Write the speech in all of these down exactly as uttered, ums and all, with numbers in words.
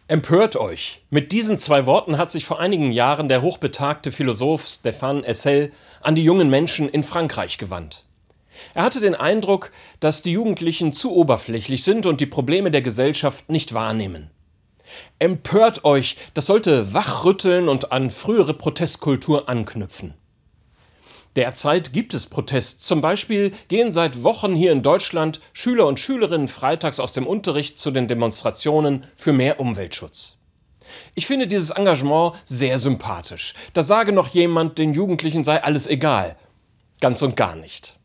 Empört euch! Mit diesen zwei Worten hat sich vor einigen Jahren der hochbetagte Philosoph Stéphane Hessel an die jungen Menschen in Frankreich gewandt. Er hatte den Eindruck, dass die Jugendlichen zu oberflächlich sind und die Probleme der Gesellschaft nicht wahrnehmen. Empört euch! Das sollte wachrütteln und an frühere Protestkultur anknüpfen. Derzeit gibt es Protest. Zum Beispiel gehen seit Wochen hier in Deutschland Schüler und Schülerinnen freitags aus dem Unterricht zu den Demonstrationen für mehr Umweltschutz. Ich finde dieses Engagement sehr sympathisch. Da sage noch jemand, den Jugendlichen sei alles egal. Ganz und gar nicht.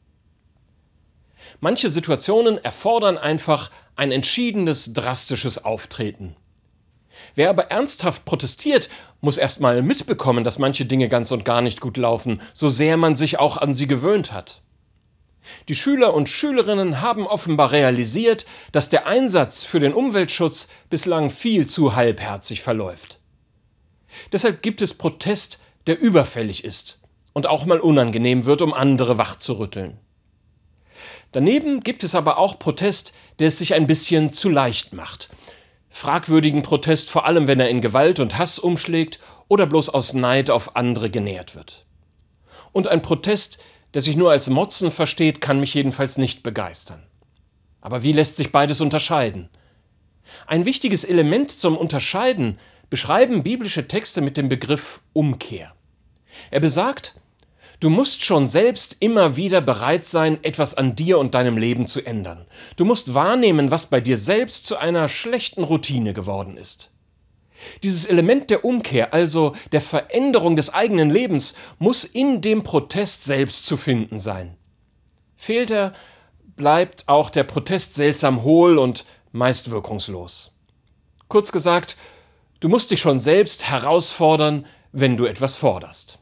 Manche Situationen erfordern einfach ein entschiedenes, drastisches Auftreten. Wer aber ernsthaft protestiert, muss erst mal mitbekommen, dass manche Dinge ganz und gar nicht gut laufen, so sehr man sich auch an sie gewöhnt hat. Die Schüler und Schülerinnen haben offenbar realisiert, dass der Einsatz für den Umweltschutz bislang viel zu halbherzig verläuft. Deshalb gibt es Protest, der überfällig ist und auch mal unangenehm wird, um andere wachzurütteln. Daneben gibt es aber auch Protest, der es sich ein bisschen zu leicht macht. Fragwürdigen Protest, vor allem wenn er in Gewalt und Hass umschlägt oder bloß aus Neid auf andere genährt wird. Und ein Protest, der sich nur als Motzen versteht, kann mich jedenfalls nicht begeistern. Aber wie lässt sich beides unterscheiden? Ein wichtiges Element zum Unterscheiden beschreiben biblische Texte mit dem Begriff Umkehr. Er besagt: Du musst schon selbst immer wieder bereit sein, etwas an dir und deinem Leben zu ändern. Du musst wahrnehmen, was bei dir selbst zu einer schlechten Routine geworden ist. Dieses Element der Umkehr, also der Veränderung des eigenen Lebens, muss in dem Protest selbst zu finden sein. Fehlt er, bleibt auch der Protest seltsam hohl und meist wirkungslos. Kurz gesagt, du musst dich schon selbst herausfordern, wenn du etwas forderst.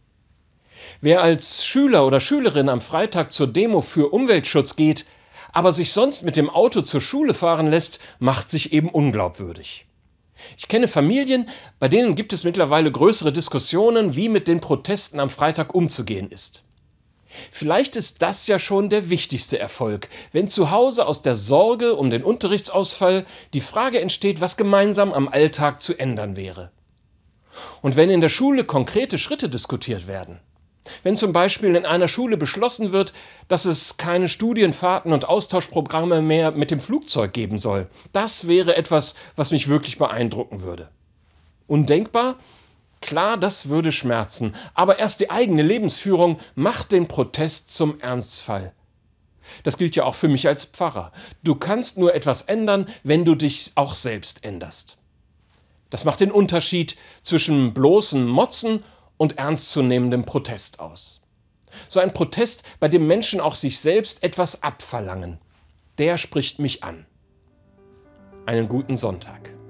Wer als Schüler oder Schülerin am Freitag zur Demo für Umweltschutz geht, aber sich sonst mit dem Auto zur Schule fahren lässt, macht sich eben unglaubwürdig. Ich kenne Familien, bei denen gibt es mittlerweile größere Diskussionen, wie mit den Protesten am Freitag umzugehen ist. Vielleicht ist das ja schon der wichtigste Erfolg, wenn zu Hause aus der Sorge um den Unterrichtsausfall die Frage entsteht, was gemeinsam am Alltag zu ändern wäre. Und wenn in der Schule konkrete Schritte diskutiert werden. Wenn zum Beispiel in einer Schule beschlossen wird, dass es keine Studienfahrten und Austauschprogramme mehr mit dem Flugzeug geben soll, das wäre etwas, was mich wirklich beeindrucken würde. Undenkbar? Klar, das würde schmerzen, aber erst die eigene Lebensführung macht den Protest zum Ernstfall. Das gilt ja auch für mich als Pfarrer. Du kannst nur etwas ändern, wenn du dich auch selbst änderst. Das macht den Unterschied zwischen bloßem Motzen und ernstzunehmendem Protest aus. So ein Protest, bei dem Menschen auch sich selbst etwas abverlangen, der spricht mich an. Einen guten Sonntag.